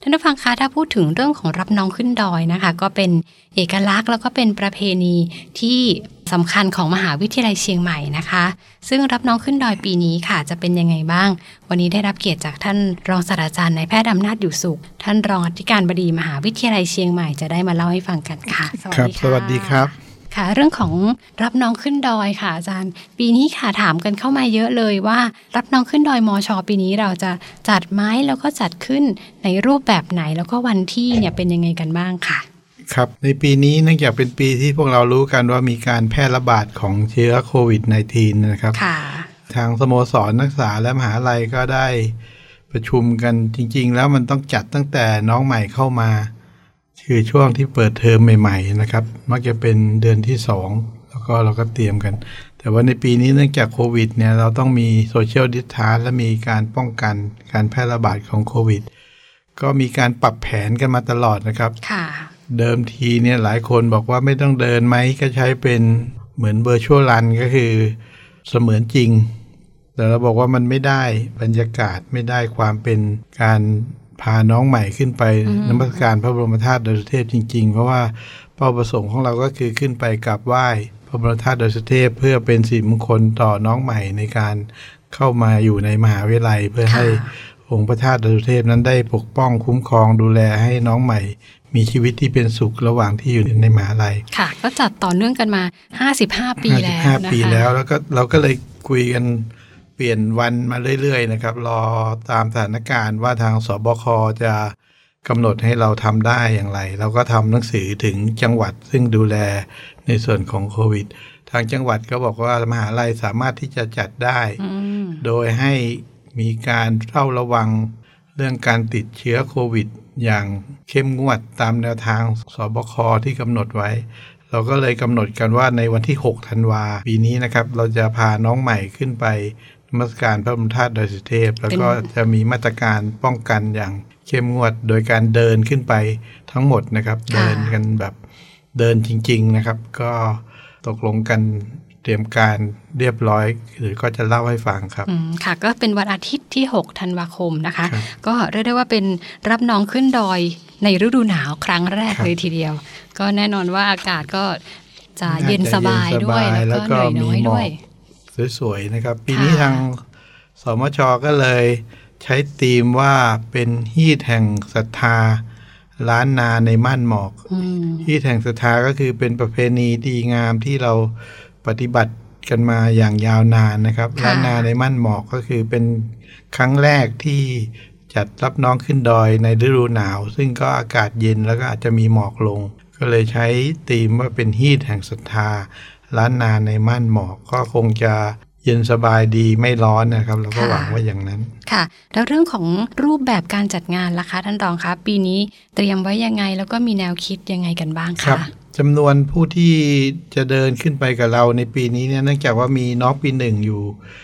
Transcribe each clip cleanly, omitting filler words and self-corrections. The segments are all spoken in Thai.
านผู้ฟังคะถ้าพูดถึงเรื่องของรับน้องขึ้นดอยนะคะก็เป็นเอกลักษณ์แล้วก็เป็นประเพณีที่สำคัญของมหาวิทยาลัยเชียงใหม่นะคะซึ่งรับน้องขึ้นดอยปีนี้ค่ะจะเป็นยังไงบ้างวันนี้ได้รับเกียรติจากท่านรองศาสตราจารย์นายแพทย์อำนาจอยู่สุขท่านรองอธิการบดีมหาวิทยาลัยเชียงใหม่จะได้มาเล่าให้ฟังกันค่ะสวัสดีครับค่ะเรื่องของรับน้องขึ้นดอยค่ะอาจารย์ปีนี้ค่ะถามกันเข้ามาเยอะเลยว่ารับน้องขึ้นดอยมช.ปีนี้เราจะจัดไหมแล้วก็จัดขึ้นในรูปแบบไหนแล้วก็วันที่เนี่ยเป็นยังไงกันบ้างค่ะครับในปีนี้เนื่องจากเป็นปีที่พวกเรารู้กันว่ามีการแพร่ระบาดของเชื้อโควิด -19 นะครับทางสโมสรนักศึกษาและมหาลัยก็ได้ประชุมกันจริงๆแล้วมันต้องจัดตั้งแต่น้องใหม่เข้ามาคือช่วงที่เปิดเทอมใหม่ๆนะครับมักจะเป็นเดือนที่2แล้วก็เราก็เตรียมกันแต่ว่าในปีนี้เนื่องจากโควิดเนี่ยเราต้องมีโซเชียลดิสทานซ์และมีการป้องกันการแพร่ระบาดของโควิดก็มีการปรับแผนกันมาตลอดนะครับเดิมทีเนี่ยหลายคนบอกว่าไม่ต้องเดินไหมก็ใช้เป็นเหมือน virtual run ก็คือเสมือนจริงแต่เราบอกว่ามันไม่ได้บรรยากาศไม่ได้ความเป็นการพาน้องใหม่ขึ้นไปนมัสการพระบรมธาตุดอยสุเทพจริงๆเพราะว่าเป้าประสงค์ของเราก็คือขึ้นไปกราบไหว้พระบรมธาตุดอยสุเทพเพื่อเป็นสิริมงคลต่อน้องใหม่ในการเข้ามาอยู่ในมหาวิทยาลัยเพื่อให้องค์พระธาตุดอยสุเทพนั้นได้ปกป้องคุ้มครองดูแลให้น้องใหม่มีชีวิตที่เป็นสุขระหว่างที่อยู่ในมหาวิทยาลัยค่ะก็จัดต่อเนื่องกันมา55ปีแล้วนะคะ 55ปีแล้วก็เราก็เลยคุยกันเปลี่ยนวันมาเรื่อยๆนะครับรอตามสถานการณ์ว่าทางสบคจะกำหนดให้เราทำได้อย่างไรเราก็ทำหนังสือถึงจังหวัดซึ่งดูแลในส่วนของโควิดทางจังหวัดก็บอกว่ามหาลัยสามารถที่จะจัดได้โดยให้มีการเฝ้าระวังเรื่องการติดเชื้อโควิดอย่างเข้มงวดตามแนวทางสบคที่กำหนดไว้เราก็เลยกำหนดกันว่าในวันที่6 ธันวาคมปีนี้นะครับเราจะพาน้องใหม่ขึ้นไปนมัสการพระบรมธาตุดอยสุเทพแล้วก็จะมีมาตรการป้องกันอย่างเข้มงวดโดยการเดินขึ้นไปทั้งหมดนะครับเดินกันแบบเดินจริงๆนะครับก็ตกลงกันเตรียมการเรียบร้อยหรือก็จะเล่าให้ฟังครับค่ะก็เป็นวันอาทิตย์ที่6 ธันวาคมนะคะก็เรียกได้ว่าเป็นรับน้องขึ้นดอยในฤดูหนาวครั้งแรกเลยทีเดียวก็แน่นอนว่าอากาศก็จะเย็นสบายด้วยแล้วก็เหนื่อยน้อยด้วยสวยๆนะครับปีนี้ทางสมช.ก็เลยใช้ธีมว่าเป็นฮีทแห่งศรัทธาล้านนาในม่านหมอกฮีทแห่งศรัทธาก็คือเป็นประเพณีดีงามที่เราปฏิบัติกันมาอย่างยาวนานนะครับล้านนาในม่านหมอกก็คือเป็นครั้งแรกที่จัดรับน้องขึ้นดอยในฤดูหนาวซึ่งก็อากาศเย็นแล้วก็อาจจะมีหมอกลงก็เลยใช้ธีมว่าเป็นฮีทแห่งศรัทธาล้านนาในม่านหมอกก็คงจะเย็นสบายดีไม่ร้อนนะครับเราก็หวังว่าอย่างนั้นค่ะแล้วเรื่องของรูปแบบการจัดงานล่ะคะท่านรองคะปีนี้เตรียมไว้ยังไงแล้วก็มีแนวคิดยังไงกันบ้างคะจำนวนผู้ที่จะเดินขึ้นไปกับเราในปีนี้เนี่ยเนื่องจากว่ามีน้องปี1อยู่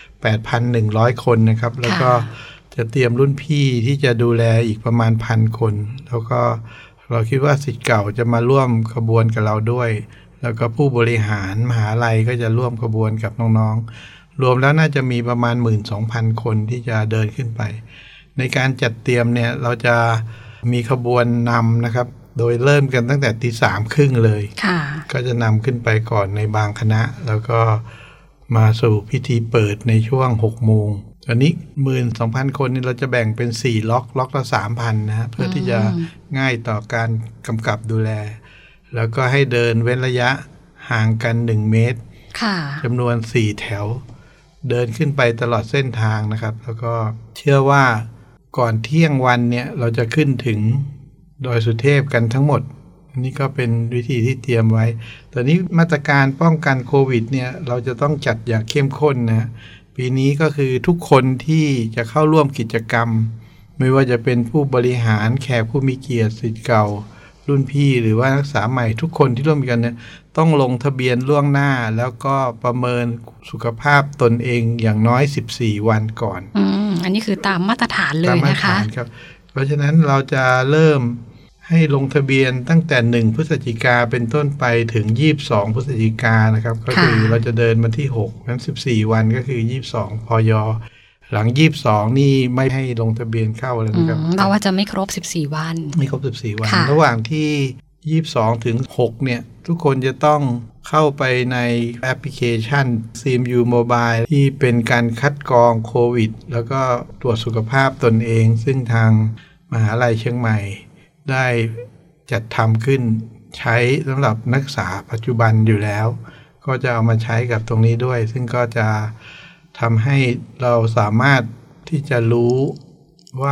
8,100 คนนะครับแล้วก็จะเตรียมรุ่นพี่ที่จะดูแลอีกประมาณ 1,000 คนแล้วก็เราคิดว่าศิษย์เก่าจะมาร่วมขบวนกับเราด้วยแล้วก็ผู้บริหารมหาลัยก็จะร่วมขบวนกับน้องๆรวมแล้วน่าจะมีประมาณ 12,000 คนที่จะเดินขึ้นไปในการจัดเตรียมเนี่ยเราจะมีขบวนนำนะครับโดยเริ่มกันตั้งแต่ 3:30 เลยก็จะนำขึ้นไปก่อนในบางคณะแล้วก็มาสู่พิธีเปิดในช่วง 6 โมงตอนนี้ 12,000 คนนี่เราจะแบ่งเป็น4ล็อกละ 3,000 นะเพื่อที่จะง่ายต่อการกำกับดูแลแล้วก็ให้เดินเว้นระยะห่างกัน1 เมตรจำนวน4 แถวเดินขึ้นไปตลอดเส้นทางนะครับแล้วก็เชื่อว่าก่อนเที่ยงวันเนี่ยเราจะขึ้นถึงดอยสุเทพกันทั้งหมดนี่ก็เป็นวิธีที่เตรียมไว้ตอนนี้มาตรการป้องกันโควิดเนี่ยเราจะต้องจัดอย่างเข้มข้นนะปีนี้ก็คือทุกคนที่จะเข้าร่วมกิจกรรมไม่ว่าจะเป็นผู้บริหารแขกผู้มีเกียรติศิษย์เก่ารุ่นพี่หรือว่านักศึกษาใหม่ทุกคนที่ร่วมกันเนี่ยต้องลงทะเบียนล่วงหน้าแล้วก็ประเมินสุขภาพตนเองอย่างน้อย14 วันก่อนอันนี้คือตามมาตรฐานเลยนะคะครับเพราะฉะนั้นเราจะเริ่มให้ลงทะเบียนตั้งแต่1 พฤศจิกาเป็นต้นไปถึง22 พฤศจิกานะครับก็คือเราจะเดินมาที่6นั้น14 วันก็คือ22 พย. หลัง22นี่ไม่ให้ลงทะเบียนเข้าแล้วนะครับเพราะว่าจะไม่ครบ14วันไม่ครบ14วันระหว่างที่22ถึง6เนี่ยทุกคนจะต้องเข้าไปในแอปพลิเคชัน CMU Mobile ที่เป็นการคัดกรองโควิดแล้วก็ตรวจสุขภาพตนเองซึ่งทางมหาลัยเชียงใหม่ได้จัดทำขึ้นใช้สำหรับนักศึกษาปัจจุบันอยู่แล้วก็จะเอามาใช้กับตรงนี้ด้วยซึ่งก็จะทำให้เราสามารถที่จะรู้ว่า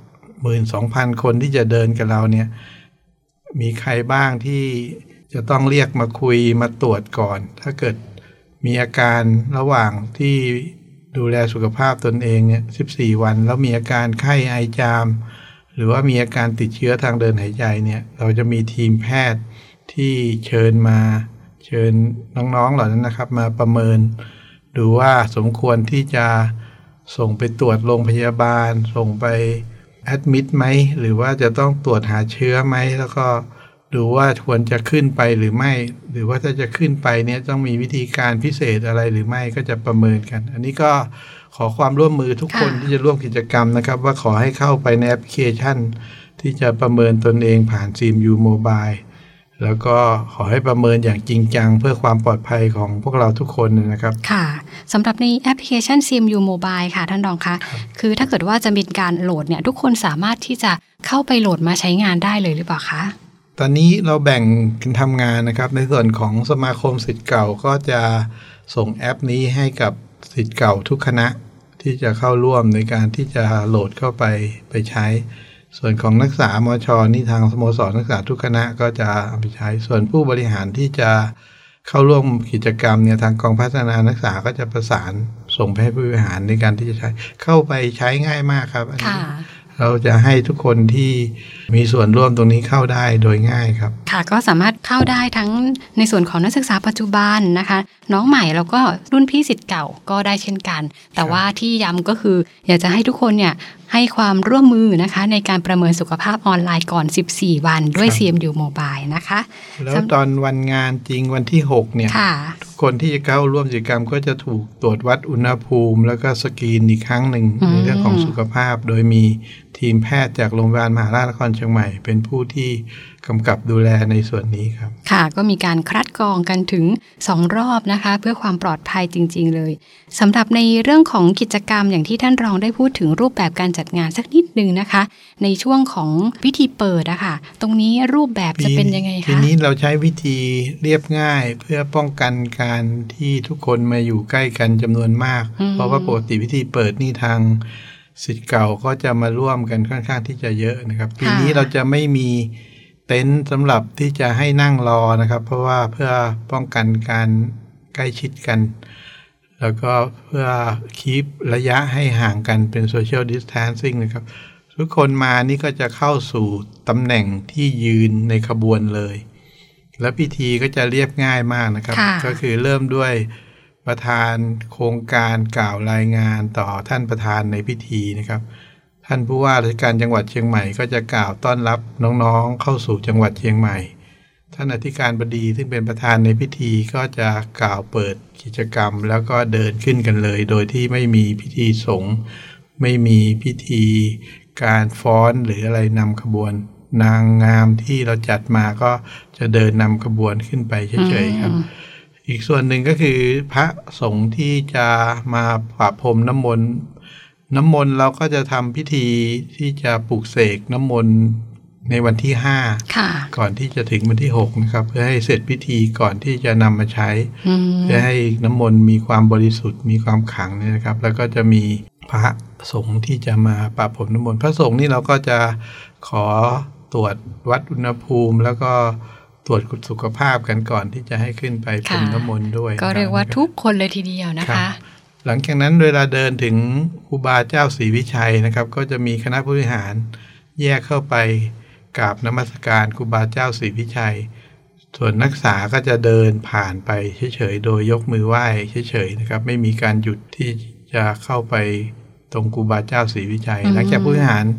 12,000 คนที่จะเดินกับเราเนี่ยมีใครบ้างที่จะต้องเรียกมาคุยมาตรวจก่อนถ้าเกิดมีอาการระหว่างที่ดูแลสุขภาพตนเองเนี่ย14วันแล้วมีอาการไข้ไอจามหรือว่ามีอาการติดเชื้อทางเดินหายใจเนี่ยเราจะมีทีมแพทย์ที่เชิญน้องๆเหล่านั้นนะครับมาประเมินดูว่าสมควรที่จะส่งไปตรวจโรงพยาบาลส่งไปแอดมิดไหมหรือว่าจะต้องตรวจหาเชื้อไหมแล้วก็ดูว่าควรจะขึ้นไปหรือไม่หรือว่าถ้าจะขึ้นไปเนี่ยต้องมีวิธีการพิเศษอะไรหรือไม่ก็จะประเมินกันอันนี้ก็ขอความร่วมมือทุกคนที่จะร่วมกิจกรรมนะครับว่าขอให้เข้าไปในแอปพลิเคชันที่จะประเมินตนเองผ่าน CMU Mobile แล้วก็ขอให้ประเมินอย่างจริงจังเพื่อความปลอดภัยของพวกเราทุกคนนะครับค่ะสำหรับในแอปพลิเคชัน CMU Mobile ค่ะท่านรองคะคือถ้าเกิดว่าจะมีการโหลดเนี่ยทุกคนสามารถที่จะเข้าไปโหลดมาใช้งานได้เลยหรือเปล่าคะตอนนี้เราแบ่งกันทำงานนะครับในส่วนของสมาคมศิษย์เก่าก็จะส่งแอปนี้ให้กับศิษย์เก่าทุกคณะที่จะเข้าร่วมในการที่จะโหลดเข้าไปใช้ส่วนของนักศึกษามช.นี่ทางสโมสรนักศึกษาทุกคณะก็จะเอาไปใช้ส่วนผู้บริหารที่จะเข้าร่วมกิจกรรมเนี่ยทางกองพัฒนานักศึกษาก็จะประสานส่งไปให้ผู้บริหารในการที่จะใช้เข้าไปใช้ง่ายมากครับอันนี้เราจะให้ทุกคนที่มีส่วนร่วมตรงนี้เข้าได้โดยง่ายครับค่ะก็สามารถเข้าได้ทั้งในส่วนของนักศึกษาปัจจุบันนะคะน้องใหม่แล้วก็รุ่นพี่ศิษย์เก่าก็ได้เช่นกันแต่ว่าที่ย้ำก็คืออยากจะให้ทุกคนเนี่ยให้ความร่วมมือนะคะในการประเมินสุขภาพออนไลน์ก่อน14วันด้วย CMU Mobile นะคะแล้วตอนวันงานจริงวันที่6เนี่ยทุกคนที่จะเข้าร่วมกิจกรรมก็จะถูกตรวจวัดอุณหภูมิแล้วก็สกรีนอีกครั้งหนึ่งในเรื่องของสุขภาพโดยมีทีมแพทย์จากโรงพยาบาลมหาราชนครเชียงใหม่เป็นผู้ที่กำกับดูแลในส่วนนี้ครับค่ะก็มีการคัดกรองกันถึง2รอบนะคะเพื่อความปลอดภัยจริงๆเลยสำหรับในเรื่องของกิจกรรมอย่างที่ท่านรองได้พูดถึงรูปแบบการจัดงานสักนิดนึงนะคะในช่วงของพิธีเปิดอะค่ะตรงนี้รูปแบบจะเป็นยังไงคะทีนี้เราใช้วิธีเรียบง่ายเพื่อป้องกันการที่ทุกคนมาอยู่ใกล้กันจำนวนมากเพราะว่าปกติพิธีเปิดนี่ทางศิษย์เก่าก็จะมาร่วมกันค่อนข้างที่จะเยอะนะครับปีนี้เราจะไม่มีเต็นท์สำหรับที่จะให้นั่งรอนะครับเพราะว่าเพื่อป้องกันการใกล้ชิดกันแล้วก็เพื่อคีประยะให้ห่างกันเป็น social distancing นะครับทุกคนมานี่ก็จะเข้าสู่ตำแหน่งที่ยืนในขบวนเลยและพิธีก็จะเรียบง่ายมากนะครับก็คือเริ่มด้วยประธานโครงการกล่าวรายงานต่อท่านประธานในพิธีนะครับท่านผู้ว่าราชการจังหวัดเชียงใหม่ก็จะกล่าวต้อนรับน้องๆเข้าสู่จังหวัดเชียงใหม่ท่านอธิการบดีซึ่งเป็นประธานในพิธีก็จะกล่าวเปิดกิจกรรมแล้วก็เดินขึ้นกันเลยโดยที่ไม่มีพิธีสงฆ์ไม่มีพิธีการฟ้อนหรืออะไรนำขบวนนางงามที่เราจัดมาก็จะเดินนำขบวนขึ้นไปเฉยๆครับอีกส่วนหนึ่งก็คือพระสงฆ์ที่จะมาประพรมน้ำมนต์เราก็จะทำพิธีที่จะปลุกเสกน้ำมนต์ในวันที่5ก่อนที่จะถึงวันที่6นะครับเพื่อให้เสร็จพิธีก่อนที่จะนำมาใช้เพื่อให้น้ำมนต์มีความบริสุทธิ์มีความขลังนะครับแล้วก็จะมีพระสงฆ์ที่จะมาประพรมน้ำมนต์พระสงฆ์นี่เราก็จะขอตรวจวัดอุณหภูมิแล้วก็ตรวจสุขภาพกันก่อนที่จะให้ขึ้นไปพรมน้ำมนต์ด้วยก็เรียกว่าทุกคนเลยทีเดียวนะคะหลังจากนั้นเวลาเดินถึงครูบาเจ้าศรีวิชัยนะครับก็จะมีคณะผู้บริหารแยกเข้าไปกราบนมัสการครูบาเจ้าศรีวิชัยส่วนนักศึกษาก็จะเดินผ่านไปเฉยๆโดยยกมือไหว้เฉยๆนะครับไม่มีการหยุดที่จะเข้าไปตรงครูบาเจ้าศรีวิชัยหลังจากผู้บริหาร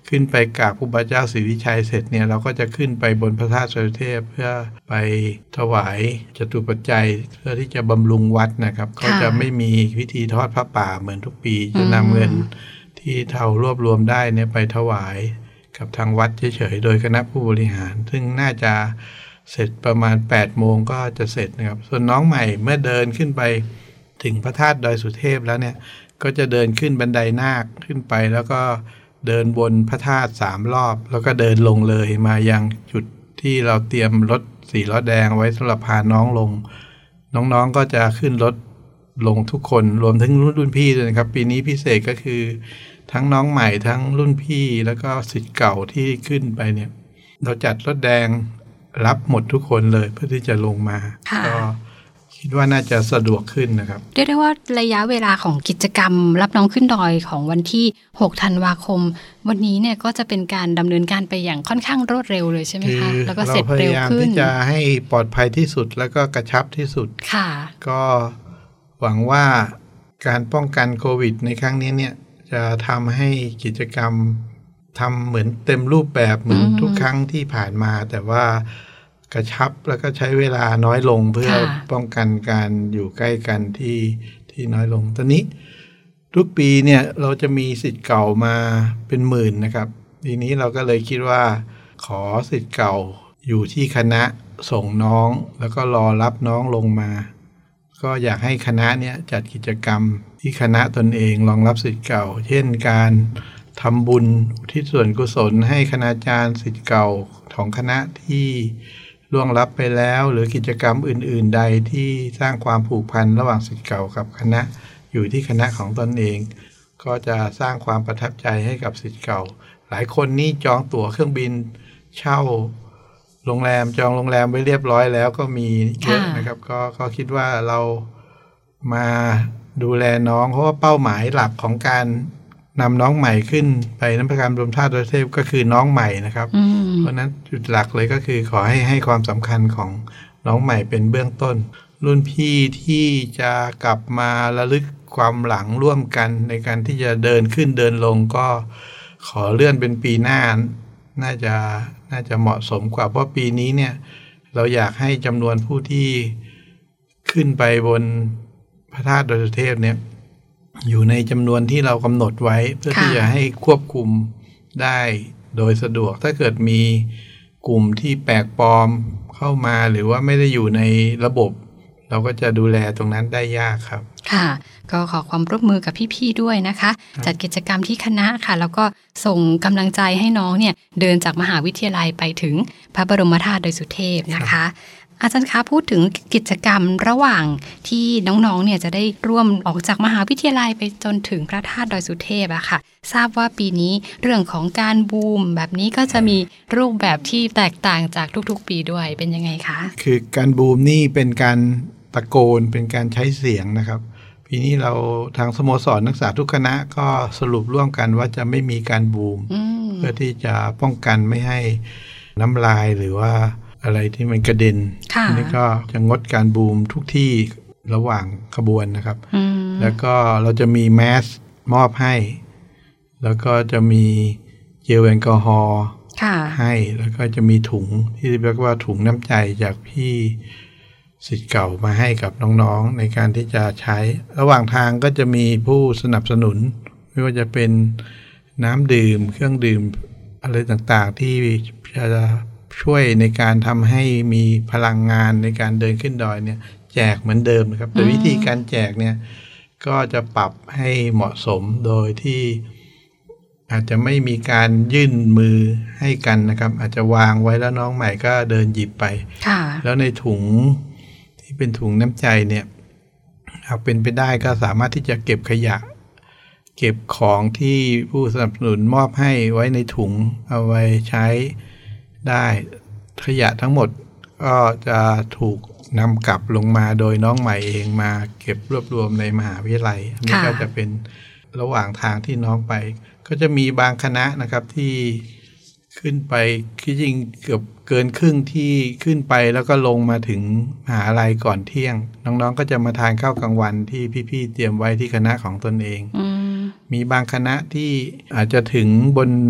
ขึ้นไปกราบครูบาเจ้าศรีวิชัยเสร็จเนี่ยเราก็จะขึ้นไปบนพระธาตุสยเทพเพื่อไปถวายจตุปัจจัยเพื่อที่จะบำรุงวัดนะครับก็จะไม่มีพิธีทอดพระป่าเหมือนทุกปีจะนำเงินที่เรารวบรวมได้เนี่ยไปถวายกับทางวัดเฉยๆโดยคณะผู้บริหารซึ่งน่าจะเสร็จประมาณ 8 โมงก็จะเสร็จนะครับส่วนน้องใหม่เมื่อเดินขึ้นไปถึงพระธาตุดอยสุเทพแล้วเนี่ยก็จะเดินขึ้นบันไดนาคขึ้นไปแล้วก็เดินบนพระธาตุ3 รอบแล้วก็เดินลงเลยมายังจุดที่เราเตรียมรถ4 ล้อแดงไว้สำหรับพาน้องลงน้องๆก็จะขึ้นรถลงทุกคนรวมทั้งรุ่นพี่ด้วยนะครับปีนี้พิเศษก็คือทั้งน้องใหม่ทั้งรุ่นพี่แล้วก็ศิษย์เก่าที่ขึ้นไปเนี่ยเราจัดรถแดงรับหมดทุกคนเลยเพื่อที่จะลงมาก็คิดว่าน่าจะสะดวกขึ้นนะครับเรียกได้ว่าระยะเวลาของกิจกรรมรับน้องขึ้นดอยของวันที่6 ธันวาคมวันนี้เนี่ยก็จะเป็นการดำเนินการไปอย่างค่อนข้างรวดเร็วเลยใช่ไหมคะแล้วก็เสร็จเร็วขึ้นเราพยายามที่จะให้ปลอดภัยที่สุดแล้วก็กระชับที่สุดค่ะก็หวังว่าการป้องกันโควิดในครั้งนี้เนี่ยจะทำให้กิจกรรมทำเหมือนเต็มรูปแบบเหมือนทุกครั้งที่ผ่านมาแต่ว่ากระชับแล้วก็ใช้เวลาน้อยลงเพื่อป้องกันการอยู่ใกล้กันที่น้อยลงตอนนี้ทุกปีเนี่ยเราจะมีศิษย์เก่ามาเป็นหมื่นนะครับทีนี้เราก็เลยคิดว่าขอศิษย์เก่าอยู่ที่คณะส่งน้องแล้วก็รอรับน้องลงมาก็อยากให้คณะเนี่ยจัดกิจกรรมที่คณะตนเองรองรับศิษย์เก่าเช่นการทำบุญอุทิศส่วนกุศลให้คณาจารย์ศิษย์เก่าของคณะที่ล่วงลับไปแล้วหรือกิจกรรมอื่นๆใดที่สร้างความผูกพันระหว่างศิษย์เก่ากับคณะอยู่ที่คณะของตนเองก็จะสร้างความประทับใจให้กับศิษย์เก่าหลายคนนี่จองตั๋วเครื่องบินเช่าโรงแรมจองโรงแรมไว้เรียบร้อยแล้วก็มีเยอะนะครับก็คิดว่าเรามาดูแลน้องเพราะว่าเป้าหมายหลักของการนำน้องใหม่ขึ้นไปน้ำพระการบรมธาตุดอยสุเทพก็คือน้องใหม่นะครับเพราะนั้นจุดหลักเลยก็คือขอให้ความสำคัญของน้องใหม่เป็นเบื้องต้นรุ่นพี่ที่จะกลับมาระลึกความหลังร่วมกันในการที่จะเดินขึ้นเดินลงก็ขอเลื่อนเป็นปีหน้าน่าจะเหมาะสมกว่าเพราะปีนี้เนี่ยเราอยากให้จำนวนผู้ที่ขึ้นไปบนพระธาตุดอยสุเทพเนี่ยอยู่ในจำนวนที่เรากำหนดไว้เพื่อที่จะให้ควบคุมได้โดยสะดวกถ้าเกิดมีกลุ่มที่แปลกปลอมเข้ามาหรือว่าไม่ได้อยู่ในระบบเราก็จะดูแลตรงนั้นได้ยากครับค่ะก็ขอความร่วมมือกับพี่ๆด้วยนะคะจัดกิจกรรมที่คณะค่ะแล้วก็ส่งกำลังใจให้น้องเนี่ยเดินจากมหาวิทยาลัยไปถึงพระบรมธาตุดอยสุเทพนะคะอาจารย์คะพูดถึงกิจกรรมระหว่างที่น้องๆเนี่ยจะได้ร่วมออกจากมหาวิทยาลัยไปจนถึงพระธาตุดอยสุเทพอะค่ะทราบว่าปีนี้เรื่องของการบูมแบบนี้ก็จะมีรูปแบบที่แตกต่างจากทุกๆปีด้วยเป็นยังไงคะคือการบูมนี่เป็นการตะโกนเป็นการใช้เสียงนะครับปีนี้เราทางสโมสรนักศึกษาทุกคณะก็สรุปร่วมกันว่าจะไม่มีการบูมเพื่อที่จะป้องกันไม่ให้น้ำลายหรือว่าอะไรที่มันกระเด็นนี่ก็จะงดการบูมทุกที่ระหว่างขบวนนะครับแล้วก็เราจะมีแมสมอบให้แล้วก็จะมีเจลแอลกอฮอล์ให้แล้วก็จะมีถุงที่เรียกว่าถุงน้ำใจจากพี่ศิษย์เก่ามาให้กับน้องๆในการที่จะใช้ระหว่างทางก็จะมีผู้สนับสนุนไม่ว่าจะเป็นน้ำดื่มเครื่องดื่มอะไรต่างๆที่จะช่วยในการทำให้มีพลังงานในการเดินขึ้นดอยเนี่ยแจกเหมือนเดิมนะครับแต่วิธีการแจกเนี่ยก็จะปรับให้เหมาะสมโดยที่อาจจะไม่มีการยื่นมือให้กันนะครับอาจจะวางไว้แล้วน้องใหม่ก็เดินหยิบไปแล้วในถุงที่เป็นถุงน้ำใจเนี่ยหากเป็นไปได้ก็สามารถที่จะเก็บขยะเก็บของที่ผู้สนับสนุนมอบให้ไว้ในถุงเอาไว้ใช้ได้ขยะทั้งหมดก็จะถูกนำกลับลงมาโดยน้องใหม่เองมาเก็บรวบรวมในมหาวิทยาลัยอันนี้ก็จะเป็นระหว่างทางที่น้องไปก็จะมีบางคณะนะครับที่ขึ้นไปที่จริงเกือบเกินครึ่งที่ขึ้นไปแล้วก็ลงมาถึงมหาลัยก่อนเที่ยงน้องๆก็จะมาทานข้าวกลางวันที่พี่ๆเตรียมไว้ที่คณะของตนเองมีบางคณะที่อาจจะถึงบน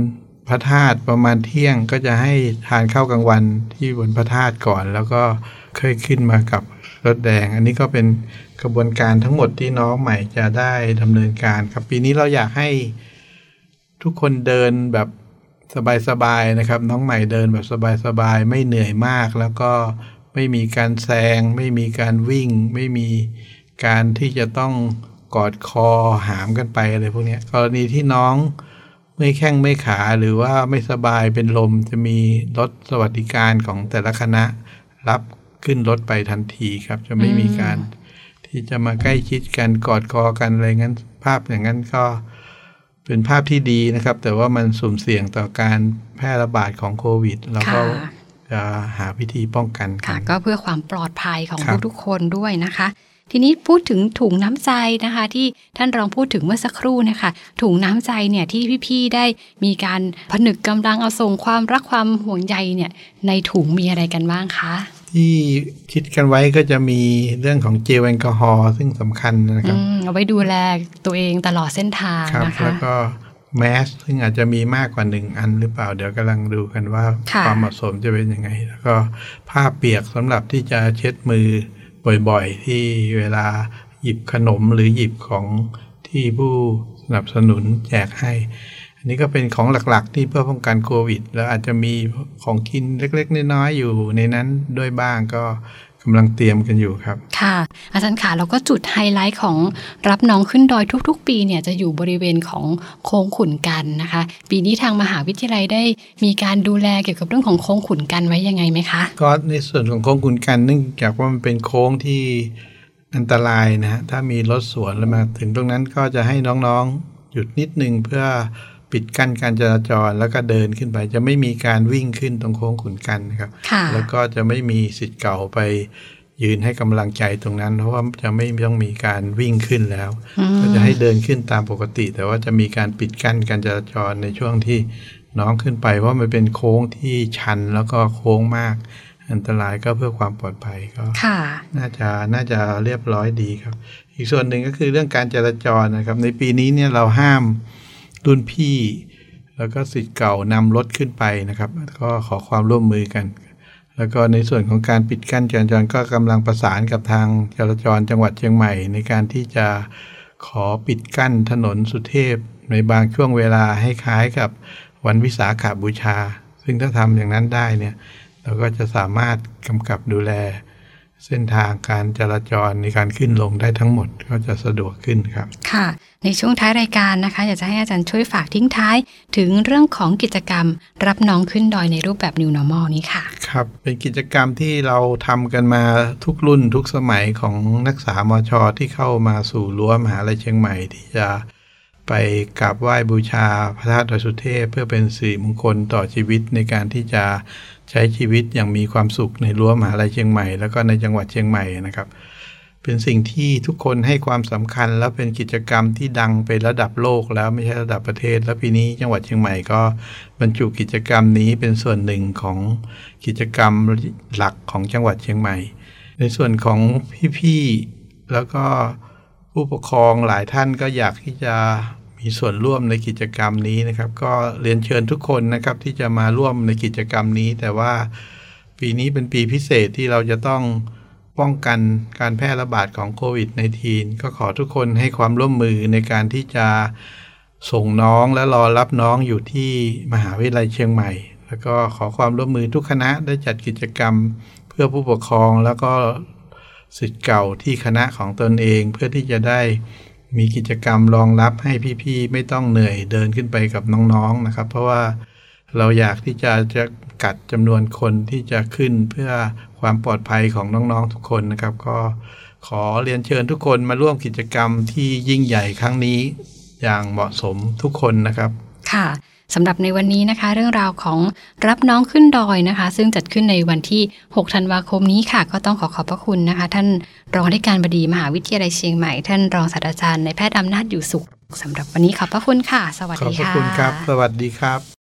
พระธาตุประมาณเที่ยงก็จะให้ทานข้าวกลางวันที่บนพระธาตุก่อนแล้วก็ค่อยขึ้นมากับรถแดงอันนี้ก็เป็นกระบวนการทั้งหมดที่น้องใหม่จะได้ดำเนินการครับปีนี้เราอยากให้ทุกคนเดินแบบสบายๆนะครับน้องใหม่เดินแบบสบายๆไม่เหนื่อยมากแล้วก็ไม่มีการแซงไม่มีการวิ่งไม่มีการที่จะต้องกอดคอหามกันไปอะไรพวกนี้กรณีที่น้องไม่แข้งไม่ขาหรือว่าไม่สบายเป็นลมจะมีรถสวัสดิการของแต่ละคณะรับขึ้นรถไปทันทีครับจะไม่มีการที่จะมาใกล้ชิดกันกอดคอกันอะไรงั้นภาพอย่างนั้นก็เป็นภาพที่ดีนะครับแต่ว่ามันสุ่มเสี่ยงต่อการแพร่ระบาดของโควิดแล้วก็จะหาวิธีป้องกันค่ะก็เพื่อความปลอดภัยของทุกๆคนด้วยนะคะทีนี้พูดถึงถุงน้ำใจนะคะที่ท่านรองพูดถึงเมื่อสักครู่นะคะถุงน้ำใจเนี่ยที่พี่ๆได้มีการผนึกกำลังเอาส่งความรักความห่วงใยเนี่ยในถุงมีอะไรกันบ้างคะที่คิดกันไว้ก็จะมีเรื่องของเจลแอลกอฮอล์ซึ่งสำคัญนะครับเอาไว้ดูแลตัวเองตลอดเส้นทางนะคะแล้วก็แมสซึ่งอาจจะมีมากกว่า1อันหรือเปล่าเดี๋ยวกำลังดูกันว่าความเหมาะสมจะเป็นยังไงแล้วก็ผ้าเปียกสำหรับที่จะเช็ดมือบ่อยๆที่เวลาหยิบขนมหรือหยิบของที่ผู้สนับสนุนแจกให้อันนี้ก็เป็นของหลักๆที่เพื่อป้องกันโควิดแล้วอาจจะมีของกินเล็กๆน้อยๆอยู่ในนั้นด้วยบ้างก็กำลังเตรียมกันอยู่ครับค่ะอาจารย์ค่ะเราก็จุดไฮไลท์ของรับน้องขึ้นดอยทุกๆปีเนี่ยจะอยู่บริเวณของโค้งขุนกันนะคะปีนี้ทางมหาวิทยาลัยได้มีการดูแลเกี่ยวกับเรื่องของโค้งขุนกันไว้ยังไงไหมคะก็ในส่วนของโค้งขุนกันเนื่องจากว่ามันเป็นโค้งที่อันตรายนะฮะถ้ามีรถสวนแล้วมาถึงตรงนั้นก็จะให้น้องๆหยุดนิดนึงเพื่อปิดกั้นการจราจรแล้วก็เดินขึ้นไปจะไม่มีการวิ่งขึ้นตรงโค้งขุนกันนะครับแล้วก็จะไม่มีศิษย์เก่าไปยืนให้กำลังใจตรงนั้นเพราะว่าจะไม่ต้องมีการวิ่งขึ้นแล้วก็จะให้เดินขึ้นตามปกติแต่ว่าจะมีการปิดกั้นการจราจรในช่วงที่น้องขึ้นไปเพราะมันเป็นโค้งที่ชันแล้วก็โค้งมากอันตรายก็เพื่อความปลอดภัยก็น่าจะเรียบร้อยดีครับอีกส่วนหนึ่งก็คือเรื่องการจราจรนะครับในปีนี้เนี่ยเราห้ามรุ่นพี่แล้วก็ศิษย์เก่านำรถขึ้นไปนะครับก็ขอความร่วมมือกันแล้วก็ในส่วนของการปิดกั้นจราจรก็กำลังประสานกับทางจราจรจังหวัดเชียงใหม่ในการที่จะขอปิดกั้นถนนสุเทพในบางช่วงเวลาให้คล้ายกับวันวิสาขบูชาซึ่งถ้าทำอย่างนั้นได้เนี่ยเราก็จะสามารถกำกับดูแลเส้นทางการจราจรในการขึ้นลงได้ทั้งหมดก็จะสะดวกขึ้นครับค่ะในช่วงท้ายรายการนะคะอยากจะให้อาจารย์ช่วยฝากทิ้งท้ายถึงเรื่องของกิจกรรมรับน้องขึ้นดอยในรูปแบบ New Normal นี้ค่ะครับเป็นกิจกรรมที่เราทำกันมาทุกรุ่นทุกสมัยของนักศึกษามช.ที่เข้ามาสู่รั้วมหาวิทยาลัยเชียงใหม่ที่จะไปกราบไหว้บูชาพระธาตุดอยสุเทพเพื่อเป็นสิริมงคลต่อชีวิตในการที่จะใช้ชีวิตอย่างมีความสุขในรั้วมหาวิทยาลัยเชียงใหม่แล้วก็ในจังหวัดเชียงใหม่นะครับเป็นสิ่งที่ทุกคนให้ความสำคัญและเป็นกิจกรรมที่ดังเป็นระดับโลกแล้วไม่ใช่ระดับประเทศและปีนี้จังหวัดเชียงใหม่ก็บรรจุกิจกรรมนี้เป็นส่วนหนึ่งของกิจกรรมหลักของจังหวัดเชียงใหม่ในส่วนของพี่ๆแล้วก็ผู้ปกครองหลายท่านก็อยากที่จะมีส่วนร่วมในกิจกรรมนี้นะครับก็เรียนเชิญทุกคนนะครับที่จะมาร่วมในกิจกรรมนี้แต่ว่าปีนี้เป็นปีพิเศษที่เราจะต้องป้องกันการแพร่ระบาดของโควิด-19 ก็ขอทุกคนให้ความร่วมมือในการที่จะส่งน้องและรอรับน้องอยู่ที่มหาวิทยาลัยเชียงใหม่แล้วก็ขอความร่วมมือทุกคณะได้จัดกิจกรรมเพื่อผู้ปกครองแล้วก็ศิษย์เก่าที่คณะของตนเองเพื่อที่จะได้มีกิจกรรมรองรับให้พี่ๆไม่ต้องเหนื่อยเดินขึ้นไปกับน้องๆนะครับเพราะว่าเราอยากที่จะกัดจำนวนคนที่จะขึ้นเพื่อความปลอดภัยของน้องๆทุกคนนะครับก็ขอเรียนเชิญทุกคนมาร่วมกิจกรรมที่ยิ่งใหญ่ครั้งนี้อย่างเหมาะสมทุกคนนะครับค่ะสำหรับในวันนี้นะคะเรื่องราวของรับน้องขึ้นดอยนะคะซึ่งจัดขึ้นในวันที่6ธันวาคมนี้ค่ะก็ต้องขอบพระคุณนะคะท่านรองอธิการบดีมหาวิทยาลัยเชียงใหม่ท่านรองศาสตราจารย์นายแพทย์อำนาจอยู่สุขสำหรับวันนี้ขอบพระคุณค่ะสวัสดีค่ะขอบพระคุณครับสวัสดีครับ